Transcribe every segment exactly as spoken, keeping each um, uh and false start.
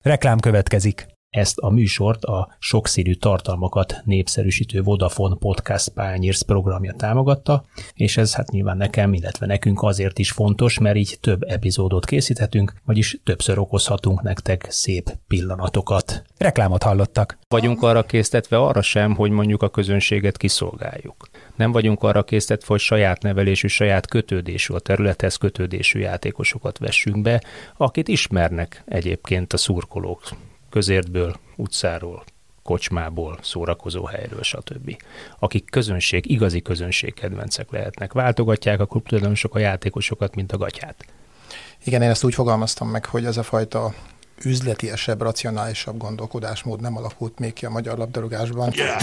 Reklám következik. Ezt a műsort a sokszínű tartalmakat népszerűsítő Vodafone Podcast Pioneers programja támogatta, és ez hát nyilván nekem, illetve nekünk azért is fontos, mert így több epizódot készíthetünk, vagyis többször okozhatunk nektek szép pillanatokat. Reklámot hallottak. Vagyunk arra késztetve arra sem, hogy mondjuk a közönséget kiszolgáljuk. Nem vagyunk arra késztetve, hogy saját nevelésű, saját kötődésű, a területhez kötődésű játékosokat vessünk be, akit ismernek egyébként a szurkolók közértből, utcáról, kocsmából, szórakozóhelyről, stb. Akik közönség, igazi közönség kedvencek lehetnek. Váltogatják a klubtulajdonosok a játékosokat, mint a gatyát. Igen, én ezt úgy fogalmaztam meg, hogy ez a fajta üzletiesebb, racionálisabb gondolkodásmód nem alakult még ki a magyar labdarúgásban. Yeah!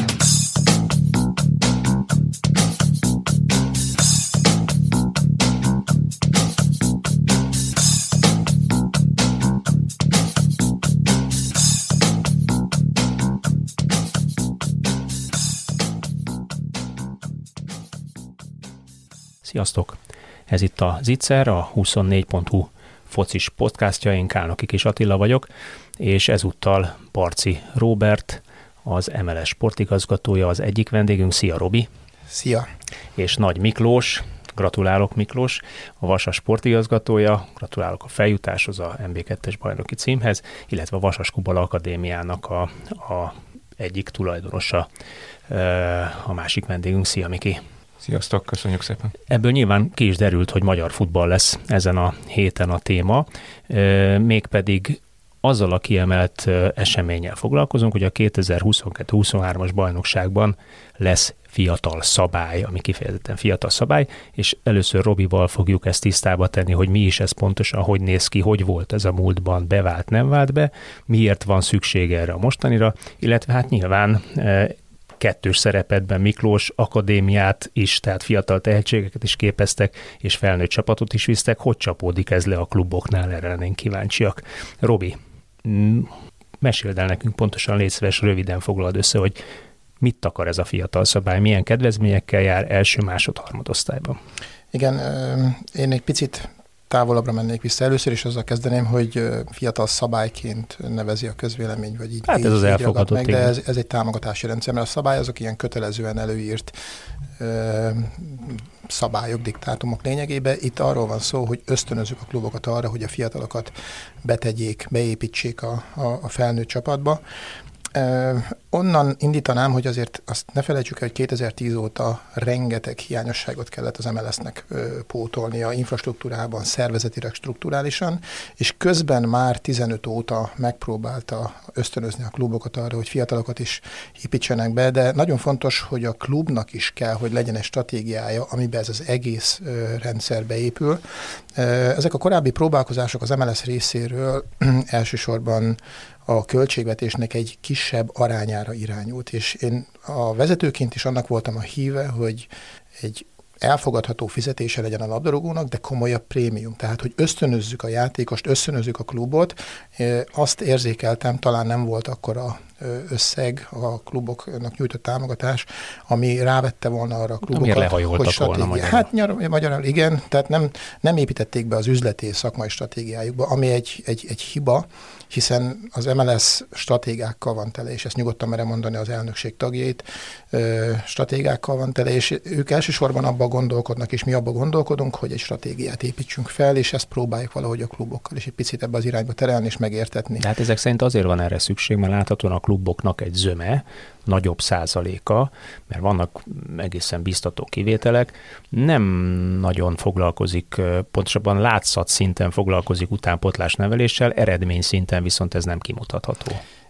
Sziasztok! Ez itt a Zicser, a huszonnégy pont hu focis podcastja, én Kálnoki Kis Attila vagyok, és ezúttal Barci Róbert, az em el es sportigazgatója, az egyik vendégünk. Szia, Robi! Szia! És Nagy Miklós, gratulálok Miklós, a Vasas sportigazgatója, gratulálok a feljutáshoz, a em bé kettes bajnoki címhez, illetve a Vasas Kubala Akadémiának a, a egyik tulajdonosa, a másik vendégünk. Szia, Miki! Sziasztok, köszönjük szépen. Ebből nyilván ki is derült, hogy magyar futball lesz ezen a héten a téma, mégpedig azzal a kiemelt eseménnyel foglalkozunk, hogy a kétezer-huszonkettő huszonhármas bajnokságban lesz fiatal szabály, ami kifejezetten fiatal szabály, és először Robival fogjuk ezt tisztába tenni, hogy mi is ez pontosan, hogy néz ki, hogy volt ez a múltban, bevált, nem vált be, miért van szükség erre a mostanira, illetve hát nyilván kettős szerepedben Miklós akadémiát is, tehát fiatal tehetségeket is képeztek, és felnőtt csapatot is visztek. Hogy csapódik ez le a kluboknál? Erre lennénk kíváncsiak. Robi, meséld el nekünk pontosan, légy szíves, röviden foglald össze, hogy mit akar ez a fiatal szabály, milyen kedvezményekkel jár első, másod, harmadosztályban. Igen, én egy picit távolabbra mennék vissza. Először is azzal kezdeném, hogy fiatal szabályként nevezi a közvélemény, vagy így, hát ez így, az így elfogadott, meg, de ez, ez egy támogatási rendszer, mert a szabály azok ilyen kötelezően előírt ö, szabályok, diktátumok lényegében. Itt arról van szó, hogy ösztönözzük a klubokat arra, hogy a fiatalokat betegyék, beépítsék a, a, a felnőtt csapatba. Uh, onnan indítanám, hogy azért azt ne felejtsük el, hogy kétezer-tíz óta rengeteg hiányosságot kellett az em el es-nek uh, pótolnia infrastruktúrában, szervezetileg, strukturálisan, és közben már tizenöt óta megpróbálta ösztönözni a klubokat arra, hogy fiatalokat is építsenek be, de nagyon fontos, hogy a klubnak is kell, hogy legyen egy stratégiája, amiben ez az egész uh, rendszer beépül. Uh, ezek a korábbi próbálkozások az em el es részéről elsősorban a költségvetésnek egy kisebb arányára irányult, és én a vezetőként is annak voltam a híve, hogy egy elfogadható fizetése legyen a labdarúgónak, de komolyabb prémium. Tehát, hogy ösztönözzük a játékost, ösztönözzük a klubot. Azt érzékeltem, talán nem volt akkora összeg a kluboknak nyújtott támogatás, ami rávette volna arra a klubokat, lehajoltak hogy stratégia. Volna Hát magyarul igen, tehát nem, nem építették be az üzleti szakmai stratégiájukba, ami egy, egy, egy hiba, hiszen az em el es stratégákkal van tele, és ezt nyugodtan merem mondani az elnökség tagjait, stratégákkal van tele, és ők elsősorban abban gondolkodnak, és mi abban gondolkodunk, hogy egy stratégiát építsünk fel, és ezt próbáljuk valahogy a klubokkal, és egy picit ebbe az irányba terelni és megértetni. De hát ezek szerint azért van erre szükség, mert láthatóan a kluboknak egy zöme, nagyobb százaléka, mert vannak egészen biztató kivételek, nem nagyon foglalkozik, pontosabban látszat szinten foglalkozik utánpótlás neveléssel, eredmény szinten viszont ez nem kimutatható.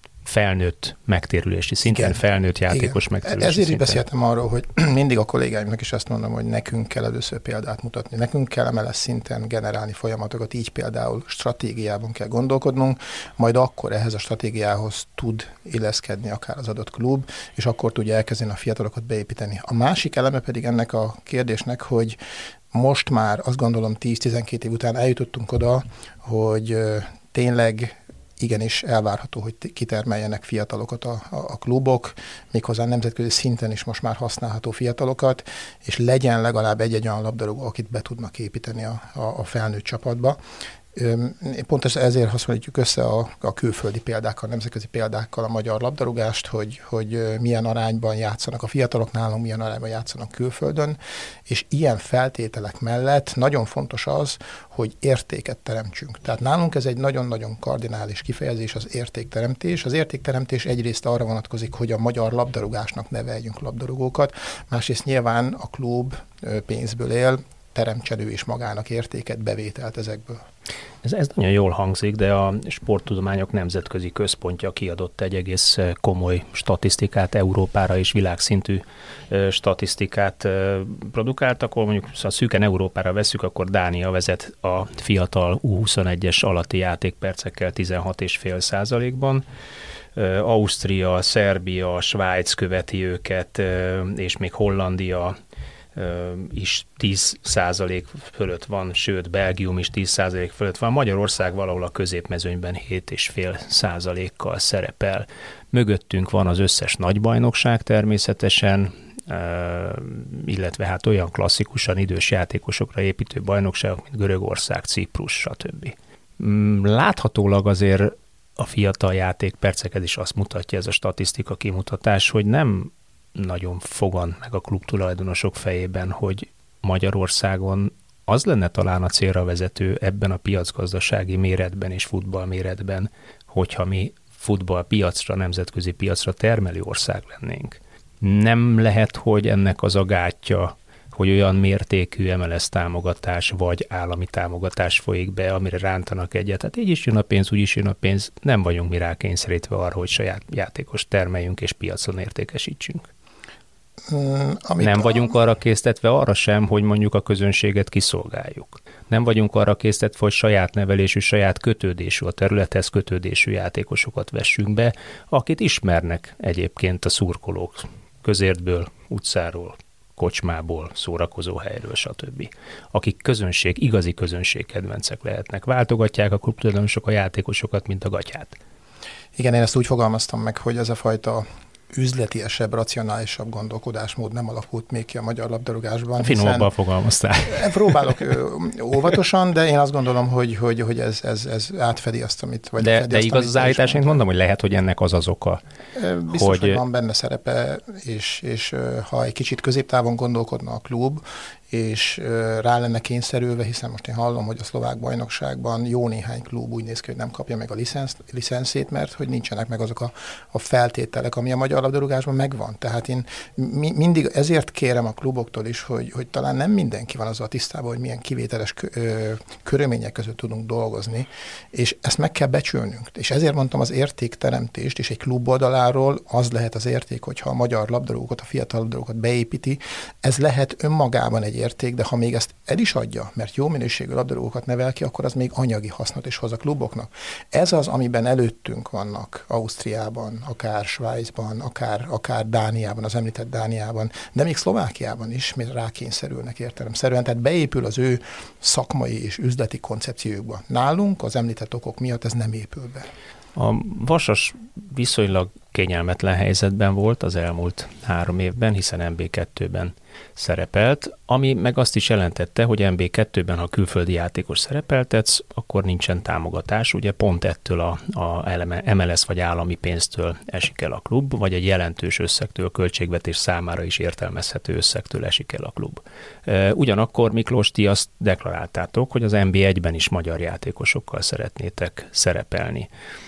Felnőtt megtérülési szinten, igen, felnőtt játékos igen. megtérülési Ezért szinten. Ezért beszéltem arról, hogy mindig a kollégáimnak is azt mondom, hogy nekünk kell először példát mutatni. Nekünk kell em el es szinten generálni folyamatokat, így például stratégiában kell gondolkodnunk, majd akkor ehhez a stratégiához tud illeszkedni akár az adott klub, és akkor tudja elkezdeni a fiatalokat beépíteni. A másik eleme pedig ennek a kérdésnek, hogy most már azt gondolom tíz-tizenkét év után eljutottunk oda, hogy tényleg igenis elvárható, hogy kitermeljenek fiatalokat a, a, a klubok, méghozzá nemzetközi szinten is most már használható fiatalokat, és legyen legalább egy-egy olyan labdarúgó, akit be tudnak építeni a, a, a felnőtt csapatba. Pont ezért hasonlítjuk össze a, a külföldi példákkal, a nemzetközi példákkal a magyar labdarúgást, hogy, hogy milyen arányban játszanak a fiatalok nálunk, milyen arányban játszanak külföldön, és ilyen feltételek mellett nagyon fontos az, hogy értéket teremtsünk. Tehát nálunk ez egy nagyon-nagyon kardinális kifejezés, az értékteremtés. Az értékteremtés egyrészt arra vonatkozik, hogy a magyar labdarúgásnak neveljünk labdarúgókat, másrészt nyilván a klub pénzből él, teremtsen ő is magának értéket, bevételt ezekből. Ez, ez nagyon jól hangzik, de a Sporttudományok Nemzetközi Központja kiadott egy egész komoly statisztikát, Európára és világszintű statisztikát produkáltak, ahol mondjuk ha szűken Európára vesszük, akkor Dánia vezet a fiatal U huszonegyes alatti játékpercekkel tizenhat egész öt százalékban. Ausztria, Szerbia, Svájc követi őket, és még Hollandia is tíz százalék fölött van, sőt, Belgium is tíz százalék fölött van. Magyarország valahol a középmezőnyben hét egész öt százalékkal szerepel. Mögöttünk van az összes nagybajnokság természetesen, illetve hát olyan klasszikusan idős játékosokra építő bajnokságok, mint Görögország, Ciprus, stb. Láthatólag azért a fiatal játékperceket is azt mutatja ez a statisztika kimutatás, hogy nem nagyon fogan meg a klubtulajdonosok fejében, hogy Magyarországon az lenne talán a célra vezető ebben a piacgazdasági méretben és futballméretben, hogyha mi futballpiacra, nemzetközi piacra termelő ország lennénk. Nem lehet, hogy ennek az a gátja, hogy olyan mértékű em el es támogatás vagy állami támogatás folyik be, amire rántanak egyet. Hát így is jön a pénz, úgy is jön a pénz, nem vagyunk mi rákényszerítve arra, hogy saját játékos termeljünk és piacon értékesítsünk. Mm, nem vagyunk arra késztetve arra sem, hogy mondjuk a közönséget kiszolgáljuk. Nem vagyunk arra késztetve, hogy saját nevelésű, saját kötődésű, a területhez kötődésű játékosokat vessünk be, akit ismernek egyébként a szurkolók közértből, utcáról, kocsmából, szórakozóhelyről, stb. Akik közönség, igazi közönségkedvencek lehetnek. Váltogatják a klubtulajdonosok a játékosokat, mint a gatyát. Igen, én ezt úgy fogalmaztam meg, hogy ez a fajta üzletiesebb, racionálisabb gondolkodásmód nem alakult még ki a magyar labdarúgásban. Finomabban fogalmaztál. Próbálok óvatosan, de én azt gondolom, hogy, hogy, hogy ez, ez, ez átfedi azt, amit... Vagy de de igaz az állításként mondom, hogy lehet, hogy ennek az az oka. Biztos, hogy, hogy van benne szerepe, és, és ha egy kicsit középtávon gondolkodna a klub, és rá lenne kényszerülve, hiszen most én hallom, hogy a szlovák bajnokságban jó néhány klub úgy néz ki, hogy nem kapja meg a licensz, licenszét, mert hogy nincsenek meg azok a, a feltételek, ami a magyar labdarúgásban megvan. Tehát én mi, mindig ezért kérem a kluboktól is, hogy, hogy talán nem mindenki van azzal tisztában, hogy milyen kivételes kö, ö, körülmények között tudunk dolgozni, és ezt meg kell becsülnünk. És ezért mondtam az értékteremtést, és egy klub oldaláról az lehet az érték, hogyha a magyar labdarúgókat, a fiatal labdarúgókat beépíti, ez lehet önmagában egy érték, de ha még ezt el is adja, mert jó minőségű labdarúgókat nevel ki, akkor az még anyagi hasznot is hoz a kluboknak. Ez az, amiben előttünk vannak Ausztriában, akár Svájcban, akár, akár Dániában, az említett Dániában, de még Szlovákiában is, mert rákényszerülnek értelemszerűen, tehát beépül az ő szakmai és üzleti koncepciójukba. Nálunk az említett okok miatt ez nem épül be. A Vasas viszonylag kényelmetlen helyzetben volt az elmúlt három évben, hiszen em bé kettőben szerepelt, ami meg azt is jelentette, hogy em bé kettőben, ha külföldi játékos szerepeltetsz, akkor nincsen támogatás, ugye pont ettől a, a em el es vagy állami pénztől esik el a klub, vagy egy jelentős összegtől, költségvetés számára is értelmezhető összegtől esik el a klub. Ugyanakkor, Miklós, ti azt deklaráltátok, hogy az em bé egyben is magyar játékosokkal szeretnétek szerepelni.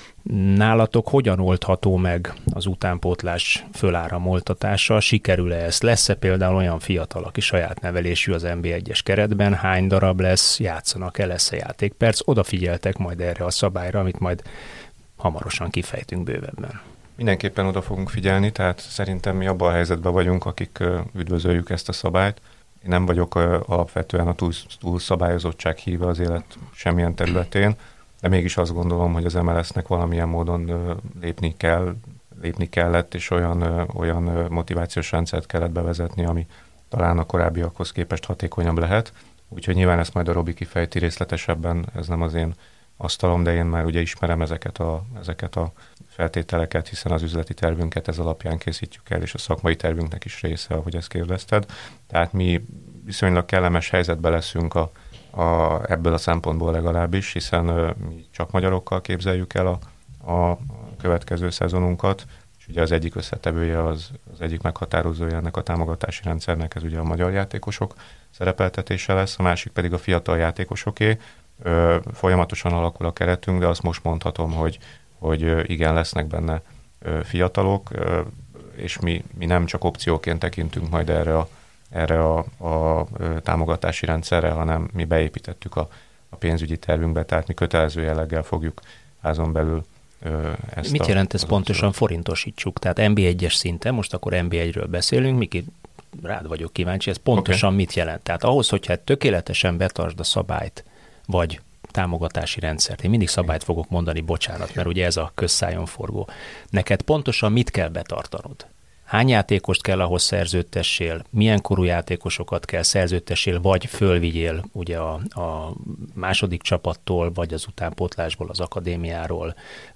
Nálatok hogyan oldható meg az utánpótlás föláramoltatása? Sikerül-e ez? Lesz-e például olyan fiatal, aki saját nevelésű az em bé egyes keretben? Hány darab lesz? Játszanak-e? Lesz-e játékperc? Odafigyeltek majd erre a szabályra, amit majd hamarosan kifejtünk bővebben. Mindenképpen oda fogunk figyelni, tehát szerintem mi abban a helyzetben vagyunk, akik üdvözöljük ezt a szabályt. Én nem vagyok alapvetően a túl, túl szabályozottság híve az élet semmilyen területén, de mégis azt gondolom, hogy az em el es-nek valamilyen módon lépni kell, lépni kellett, és olyan, olyan motivációs rendszert kellett bevezetni, ami talán a korábbiakhoz képest hatékonyabb lehet. Úgyhogy nyilván ezt majd a Robi kifejti részletesebben, ez nem az én asztalom, de én már ugye ismerem ezeket a, ezeket a feltételeket, hiszen az üzleti tervünket ez alapján készítjük el, és a szakmai tervünknek is része, ahogy ezt kérdezted. Tehát mi viszonylag kellemes helyzetben leszünk a a, ebből a szempontból legalábbis, hiszen mi csak magyarokkal képzeljük el a, a következő szezonunkat, és ugye az egyik összetevője, az, az egyik meghatározója ennek a támogatási rendszernek, ez ugye a magyar játékosok szerepeltetése lesz, a másik pedig a fiatal játékosoké. Ö, folyamatosan alakul a keretünk, de azt most mondhatom, hogy, hogy igen, lesznek benne ö, fiatalok, ö, és mi, mi nem csak opcióként tekintünk majd erre a, erre a, a ö, támogatási rendszerre, hanem mi beépítettük a, a pénzügyi tervünkbe, tehát mi kötelező jelleggel fogjuk házon belül ö, ezt. Mit a, jelent ez pontosan, forintosítsuk? Tehát en bé egyes szinten, most akkor en bé egyről beszélünk, Miki, rád vagyok kíváncsi, ez pontosan okay. Mit jelent? Tehát ahhoz, hogyha tökéletesen betartsd a szabályt, vagy támogatási rendszert. Én mindig szabályt fogok mondani, bocsánat, mert ugye ez a közszájon forgó. Neked pontosan mit kell betartanod? Hány játékost kell ahhoz szerződtessél? Milyen korú játékosokat kell szerződtessél, vagy fölvigyél ugye a, a második csapattól, vagy az utánpótlásból, az akadémiáról?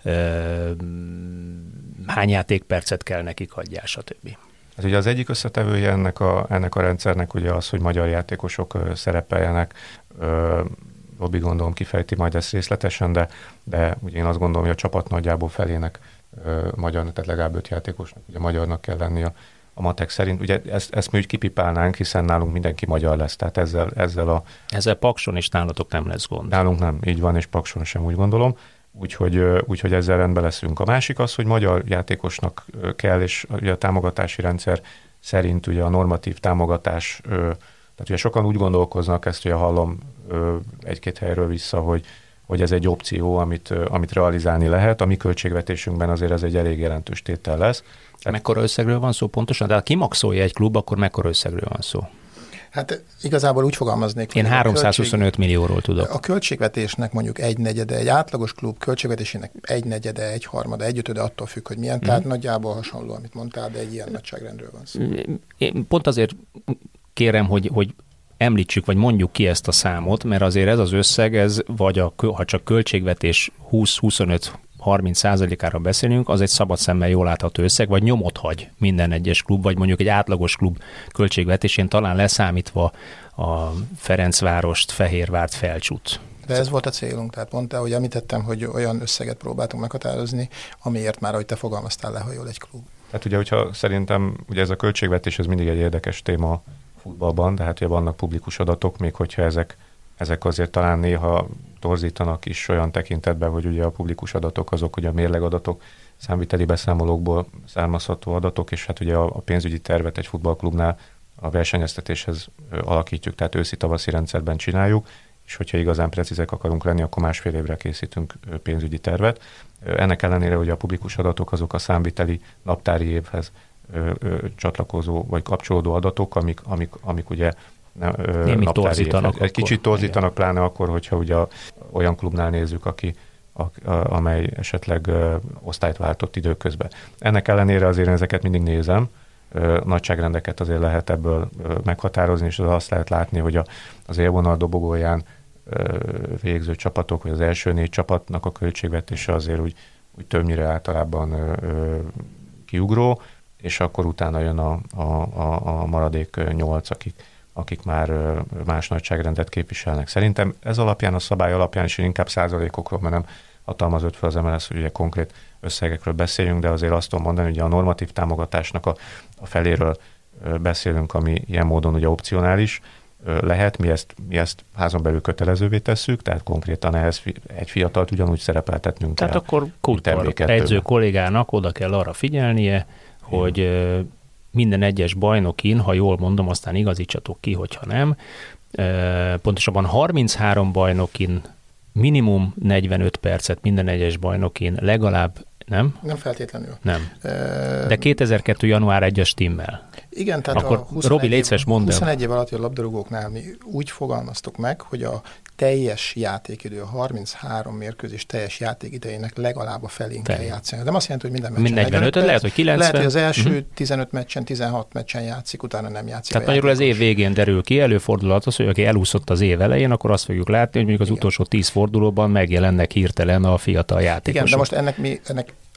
Hány játékpercet kell nekik adjál, stb. Ez ugye az egyik összetevője ennek a, ennek a rendszernek ugye az, hogy magyar játékosok szerepeljenek. Robi gondolom kifejti majd ezt részletesen, de, de ugye én azt gondolom, hogy a csapat nagyjából felének ö, magyarnak, tehát legalább öt játékosnak, ugye magyarnak kell lenni a, a matek szerint. Ugye ezt, ezt mi úgy kipipálnánk, hiszen nálunk mindenki magyar lesz, tehát ezzel, ezzel a... Ezzel Pakson és nálatok nem lesz gond. Nálunk nem, így van, és Pakson sem úgy gondolom. Úgyhogy, úgyhogy ezzel rendben leszünk. A másik az, hogy magyar játékosnak kell, és ugye a támogatási rendszer szerint ugye a normatív támogatás, tehát ugye sokan úgy gondolkoznak, ezt ugye hallom egy-két helyről vissza, hogy, hogy ez egy opció, amit, amit realizálni lehet. A mi költségvetésünkben azért ez egy elég jelentős tétel lesz. Mekkora összegről van szó pontosan? De ha kimaxolja egy klub, akkor mekkora összegről van szó? Hát igazából úgy fogalmaznék. Én háromszázhuszonöt millióról tudok. A költségvetésnek mondjuk egy negyede, egy átlagos klub költségvetésének egy negyede, egy harmada, egy ötöde, attól függ, hogy milyen. Mm. Tehát nagyjából hasonló, amit mondtál, de egy ilyen nagyságrendről van szó. Én pont azért kérem, hogy, hogy említsük, vagy mondjuk ki ezt a számot, mert azért ez az összeg, ez vagy a, ha csak költségvetés húsz-huszonöt harminc százalékára beszélünk, az egy szabad szemmel jól látható összeg, vagy nyomot hagy minden egyes klub, vagy mondjuk egy átlagos klub költségvetésén, talán leszámítva a Ferencvárost, Fehérvárt, Felcsút. De ez volt a célunk, tehát pont ahogy említettem, hogy olyan összeget próbáltunk meghatározni, amiért már, ahogy te fogalmaztál, lehajol egy klub. Tehát ugye, hogyha szerintem ugye ez a költségvetés, ez mindig egy érdekes téma a futballban, de hát ugye vannak publikus adatok, még hogyha ezek, ezek azért talán néha torzítanak is olyan tekintetben, hogy ugye a publikus adatok azok ugye a mérlegadatok, számviteli beszámolókból származható adatok, és hát ugye a, a pénzügyi tervet egy futballklubnál a versenyeztetéshez alakítjuk, tehát őszi-tavaszi rendszerben csináljuk, és hogyha igazán precízek akarunk lenni, akkor másfél évre készítünk pénzügyi tervet. Ennek ellenére ugye a publikus adatok azok a számviteli naptári évhez ö, ö, csatlakozó vagy kapcsolódó adatok, amik, amik, amik ugye Némi torzítanak. Egy kicsit torzítanak, igen. Pláne akkor, hogyha ugye olyan klubnál nézzük, aki, a, a, amely esetleg ö, osztályt váltott időközben. Ennek ellenére azért ezeket mindig nézem, ö, nagyságrendeket azért lehet ebből ö, meghatározni, és az azt lehet látni, hogy a, az élvonal dobogóján ö, végző csapatok, vagy az első négy csapatnak a költségvetése azért úgy, úgy többnyire általában ö, ö, kiugró, és akkor utána jön a, a, a, a maradék nyolc, akik akik már más nagyságrendet képviselnek. Szerintem ez alapján, a szabály alapján is inkább százalékokról, mert nem hatalmazott fel az em el es, hogy ugye konkrét összegekről beszéljünk, de azért azt tudom mondani, hogy a normatív támogatásnak a, a feléről beszélünk, ami ilyen módon ugye opcionális lehet, mi ezt, mi ezt házon belül kötelezővé tesszük, tehát konkrétan ehhez egy fiatalt ugyanúgy szerepeltetnünk tehát kell. Tehát akkor kultúr edző kollégának oda kell arra figyelnie, hogy igen. Minden egyes bajnokin, ha jól mondom, aztán igazítsatok ki, hogyha nem. Pontosabban harminchárom bajnokin minimum negyvenöt percet, minden egyes bajnokin legalább, nem? Nem feltétlenül. Nem. De kétezer-kettő január elseje stimmel. Igen, tehát akkor a Robi, légy szíves, mondd el. huszonegy év alatt a labdarúgóknál mi úgy fogalmaztuk meg, hogy a teljes játékidő, a harminchárom mérkőzés teljes játékidejének legalább a felén kell játszani. De azt jelenti, hogy minden meccsen negyvenöt, lehet, hogy kilencven. Lehet, hogy az első uh-huh. tizenöt meccsen, tizenhat meccsen játszik, utána nem játszik. Tehát magyarul az év végén derül ki, előfordulhat az, hogy aki elúszott az év elején, akkor azt fogjuk látni, hogy mondjuk az igen. utolsó tíz fordulóban megjelennek hirtelen a fiatal játékosok. Igen, de most ennek mi, ennek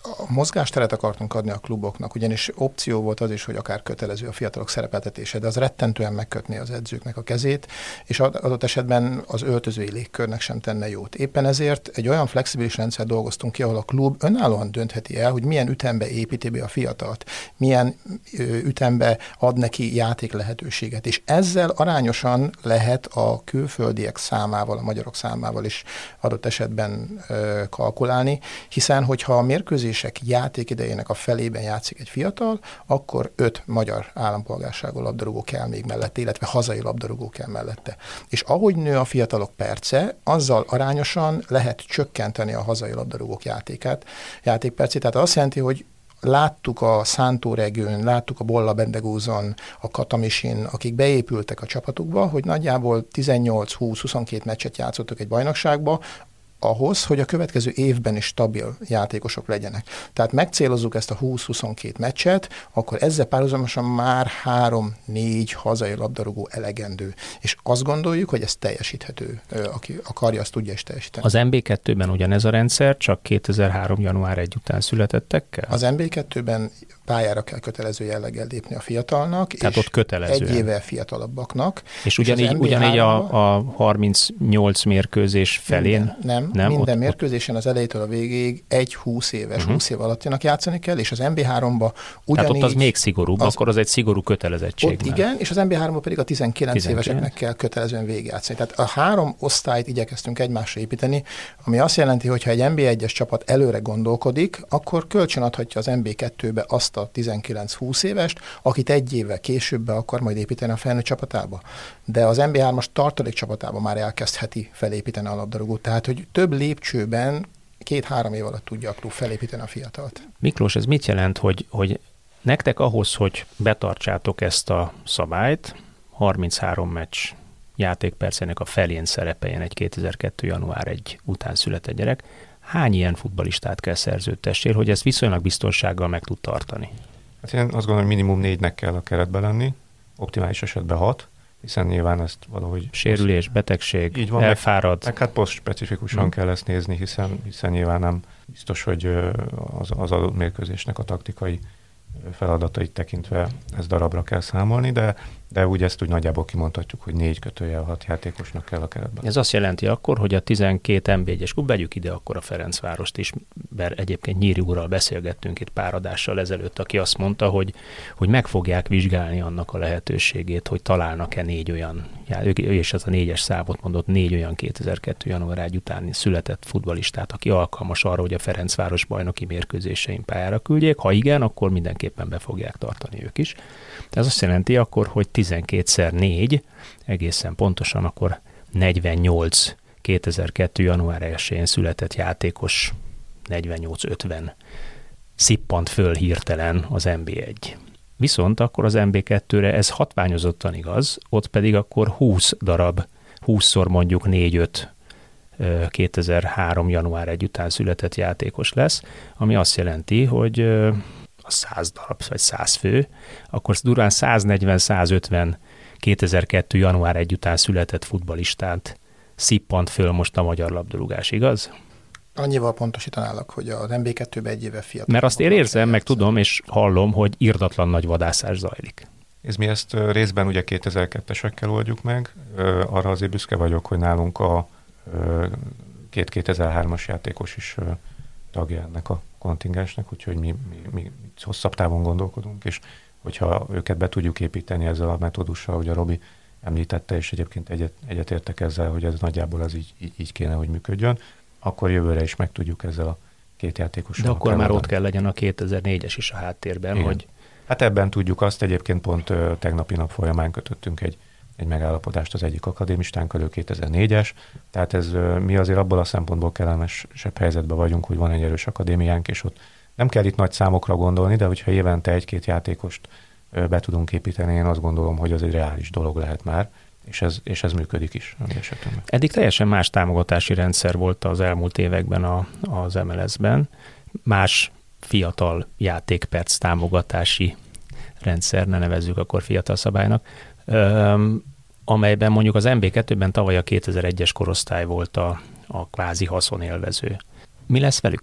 a mozgásteret akartunk adni a kluboknak, ugyanis opció volt az is, hogy akár kötelező a fiatalok szerepeltetése, de az rettentően megkötné az edzőknek a kezét, és adott esetben az öltözői légkörnek sem tenne jót. Éppen ezért egy olyan flexibilis rendszer dolgoztunk ki, ahol a klub önállóan döntheti el, hogy milyen ütembe építi be a fiatalt, milyen ütembe ad neki játék lehetőséget, és ezzel arányosan lehet a külföldiek számával, a magyarok számával is adott esetben ö, kalkulálni, hiszen hogyha a mérkőzések játékidejének a felében játszik egy fiatal, akkor öt magyar állampolgárságú labdarúgó kell még mellette, illetve hazai labdarúgó kell mellette. És ahogy nő a fiatalok perce, azzal arányosan lehet csökkenteni a hazai labdarúgók játékát, játékpercét. Tehát azt jelenti, hogy láttuk a Szántóregőn, láttuk a Bolla Bendegúzon, a Katamisin, akik beépültek a csapatukba, hogy nagyjából tizennyolc-húsz-huszonkettő meccset játszottak egy bajnokságba, ahhoz, hogy a következő évben is stabil játékosok legyenek. Tehát megcélozzuk ezt a húsz-huszonkettő meccset, akkor ezzel párhuzamosan már három-négy hazai labdarúgó elegendő. És azt gondoljuk, hogy ez teljesíthető. Aki akarja, azt tudja is teljesíteni. Az em bé kettőben ugyanez a rendszer, csak kétezer-három. január elseje után születettekkel? Az em bé kettőben pályára kell kötelező jelleggel lépni a fiatalnak, tehát és ott kötelezően. egy évvel fiatalabbaknak. És ugyanígy, és ugyanígy a, a harmincnyolc mérkőzés felén? Minden, nem, nem, minden ott, mérkőzésen az elejétől a végéig egy húsz éves, uh-huh. húsz év alattinak játszani kell, és az em bé háromba ugyanígy... Tehát ott az még szigorúbb, az, akkor az egy szigorú kötelezettség. Ott már. Igen, és az em bé háromba pedig a tizenkilenc, tizenkilenc éveseknek kell kötelezően végigjátszani. Tehát a három osztályt igyekeztünk egymásra építeni, ami azt jelenti, hogy ha egy em bé egyes csapat előre gondolkodik, akkor kölcsönadhatja az em bé kettőbe azt a tizenkilenc-húsz évest, akit egy évvel később be akar majd építeni a felnőtt csapatába. De az em bé hármas tartalék csapatába már elkezdheti felépíteni a labdarúgót. Tehát, hogy több lépcsőben két-három év alatt tudja a klub felépíteni a fiatalt. Miklós, ez mit jelent, hogy, hogy nektek ahhoz, hogy betartsátok ezt a szabályt, harminchárom meccs játékpercének a felén szerepeljen egy kétezer-kettő. január elseje után született gyerek, hány ilyen futballistát kell szerződtessél, hogy ezt viszonylag biztonsággal meg tud tartani? Hát én azt gondolom, hogy minimum négynek kell a keretben lenni, optimális esetben hat, hiszen nyilván ezt valahogy... Sérülés, betegség, így van, elfárad. Meg, meg hát posztspecifikusan hmm. kell ezt nézni, hiszen, hiszen nyilván nem biztos, hogy az, az adott mérkőzésnek a taktikai feladatait tekintve ezt darabra kell számolni, de, de úgy ezt úgy nagyjából kimondhatjuk, hogy négy kötőjel hat játékosnak kell a keretben. Ez azt jelenti akkor, hogy a tizenkét em bé egyes klub, vegyük ide akkor a Ferencvárost is, mert egyébként Nyíri úrral beszélgettünk itt pár adással ezelőtt, aki azt mondta, hogy, hogy meg fogják vizsgálni annak a lehetőségét, hogy találnak-e négy olyan, ő és az a négyes számot mondott, négy olyan kétezer-kettő. január elseje után született futballistát, aki alkalmas arra, hogy a Ferencváros bajnoki mérkőzésein pályára küldjék. Ha igen, akkor mindenképpen be fogják tartani ők is. Ez azt jelenti akkor, hogy tizenkétszer négy, egészen pontosan akkor negyvennyolc kétezer-kettő. január elsején született játékos, negyvennyolc ötven szippant föl hirtelen az em bé egy. Viszont akkor az em bé kettőre ez hatványozottan igaz, ott pedig akkor húsz darab, húszszor mondjuk négy-öt kétezer-három. január elseje után született játékos lesz, ami azt jelenti, hogy a száz darab, vagy száz fő, akkor durván száznegyven-százötven kétezer-kettő. január elseje után született futballistát szippant föl most a magyar labdarúgás, igaz? Annyival pontosítanálak, hogy az em bé kettőben egy éve fiatal. Mert azt én érzem, meg tudom, és hallom, hogy irdatlan nagy vadászás zajlik. Ez mi ezt részben ugye kétezer-kettesekkel oldjuk meg, arra azért büszke vagyok, hogy nálunk a két kétezer-hármas játékos is tagja ennek a kontingensnek, úgyhogy mi, mi, mi hosszabb távon gondolkodunk, és hogyha őket be tudjuk építeni ezzel a metódussal, hogy a Robi említette, és egyébként egyet, egyetértek ezzel, hogy ez nagyjából az így, így kéne, hogy működjön, akkor jövőre is meg tudjuk ezzel a két játékossal. De akkor már ott kell legyen a kétezer-négyes is a háttérben, igen. Hogy... Hát ebben tudjuk azt, egyébként pont uh, tegnapi nap folyamán kötöttünk egy, egy megállapodást az egyik akadémistánkkal, ő kétezer-négyes, tehát ez uh, mi azért abból a szempontból kellemesebb helyzetben vagyunk, hogy van egy erős akadémiánk, és ott nem kell itt nagy számokra gondolni, de hogyha évente egy-két játékost uh, be tudunk építeni, én azt gondolom, hogy az egy reális dolog lehet már, és ez, és ez működik is a mi esetünkben. Eddig teljesen más támogatási rendszer volt az elmúlt években a, az em el es-ben, más fiatal játékperc támogatási rendszer, ne nevezzük akkor fiatal szabálynak, öm, amelyben mondjuk az em bé kettőben tavaly a kétezer-egyes korosztály volt a, a kvázi haszonélvező. Mi lesz velük?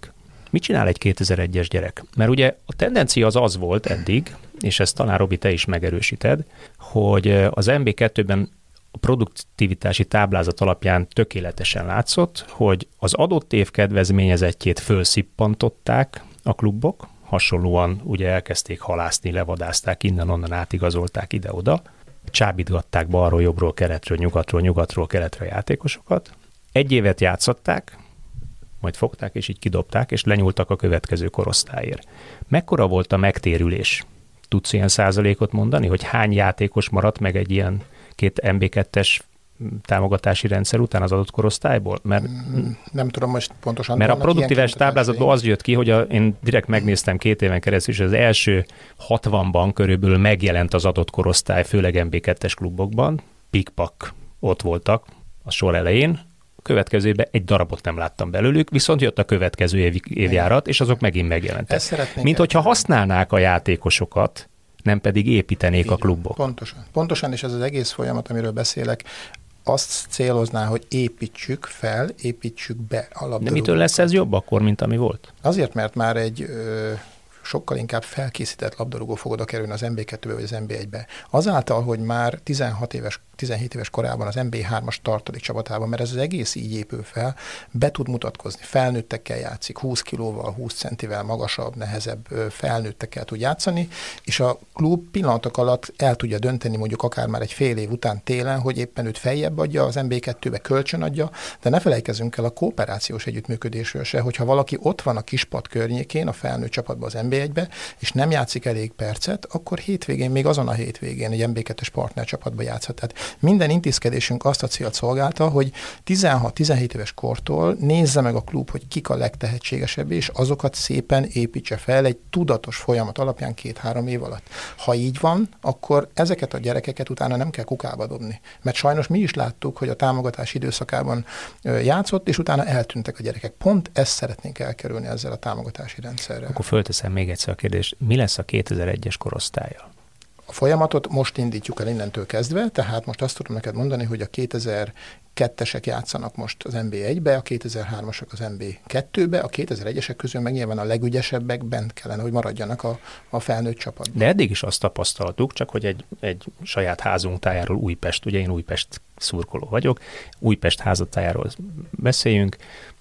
Mit csinál egy kétezer-egyes gyerek? Mert ugye a tendencia az az volt eddig, és ezt talán Robi te is megerősíted, hogy az en bé kettőben a produktivitási táblázat alapján tökéletesen látszott, hogy az adott év kedvezményezettjét fölszippantották a klubok, hasonlóan ugye elkezdték halászni, levadázták, innen-onnan átigazolták ide-oda, csábítgatták balról, jobbról, keletről, nyugatról, nyugatról, keletre játékosokat. Egy évet játszották, majd fogták, és így kidobták, és lenyúltak a következő korosztályért. Mekkora volt a megtérülés? Tudsz ilyen százalékot mondani, hogy hány játékos maradt meg egy ilyen két en bé kettes támogatási rendszer után az adott korosztályból? Mert, nem tudom most pontosan. Mert a produktíves táblázatból az jött ki, hogy a, én direkt megnéztem két éven keresztül, és az első hatvanban körülbelül megjelent az adott korosztály, főleg en bé kettes klubokban. Pikpak ott voltak a sor elején, a következő évben egy darabot nem láttam belőlük, viszont jött a következő év, évjárat, és azok megint megjelentek. Mint hogyha használnák a játékosokat, nem pedig építenék így a klubok. Pontosan. Pontosan, és ez az egész folyamat, amiről beszélek, azt célozná, hogy építsük fel, építsük be a labdarúgókat. De mitől lesz ez jobb akkor, mint ami volt? Azért, mert már egy ö, sokkal inkább felkészített labdarúgó fog oda kerülni az en bé kettőbe vagy az en bé egybe. Azáltal, hogy már tizenhat éves, tizenhét éves korában az en bé hármas tartalék csapatában, mert ez az egész így épül fel, be tud mutatkozni. Felnőttekkel játszik, húsz kilóval, húsz centivel magasabb, nehezebb felnőttekkel tud játszani, és a klub pillanatok alatt el tudja dönteni, mondjuk akár már egy fél év után télen, hogy éppen őt feljebb adja, az en bé kettőbe kölcsön adja, de ne felejtkezzünk el a kooperációs együttműködésről se, hogyha valaki ott van a kispad környékén, a felnőtt csapatban az en bé egybe, és nem játszik elég percet, akkor hétvégén, még azon a hétvégén egy en bé kettes partnercsapatba játszhat. Tehát minden intézkedésünk azt a célt szolgálta, hogy tizenhat-tizenhét éves kortól nézze meg a klub, hogy kik a legtehetségesebb, és azokat szépen építse fel egy tudatos folyamat alapján két-három év alatt. Ha így van, akkor ezeket a gyerekeket utána nem kell kukába dobni. Mert sajnos mi is láttuk, hogy a támogatás időszakában játszott, és utána eltűntek a gyerekek. Pont ezt szeretnénk elkerülni ezzel a támogatási rendszerrel. Akkor fölteszem még egyszer a kérdést, mi lesz a kétezer-egyes korosztállyal? A folyamatot most indítjuk el innentől kezdve, tehát most azt tudom neked mondani, hogy a kétezer-kettesek játszanak most az en bé egybe, a kétezer-hármasok az en bé kettőbe, a kétezer-egyesek közül meg nyilván a legügyesebbek bent kellene, hogy maradjanak a, a felnőtt csapatban. De eddig is azt tapasztaltuk, csak hogy egy, egy saját házunk tájáról Újpest, ugye én Újpest szurkoló vagyok, Újpest házatájáról beszéljünk.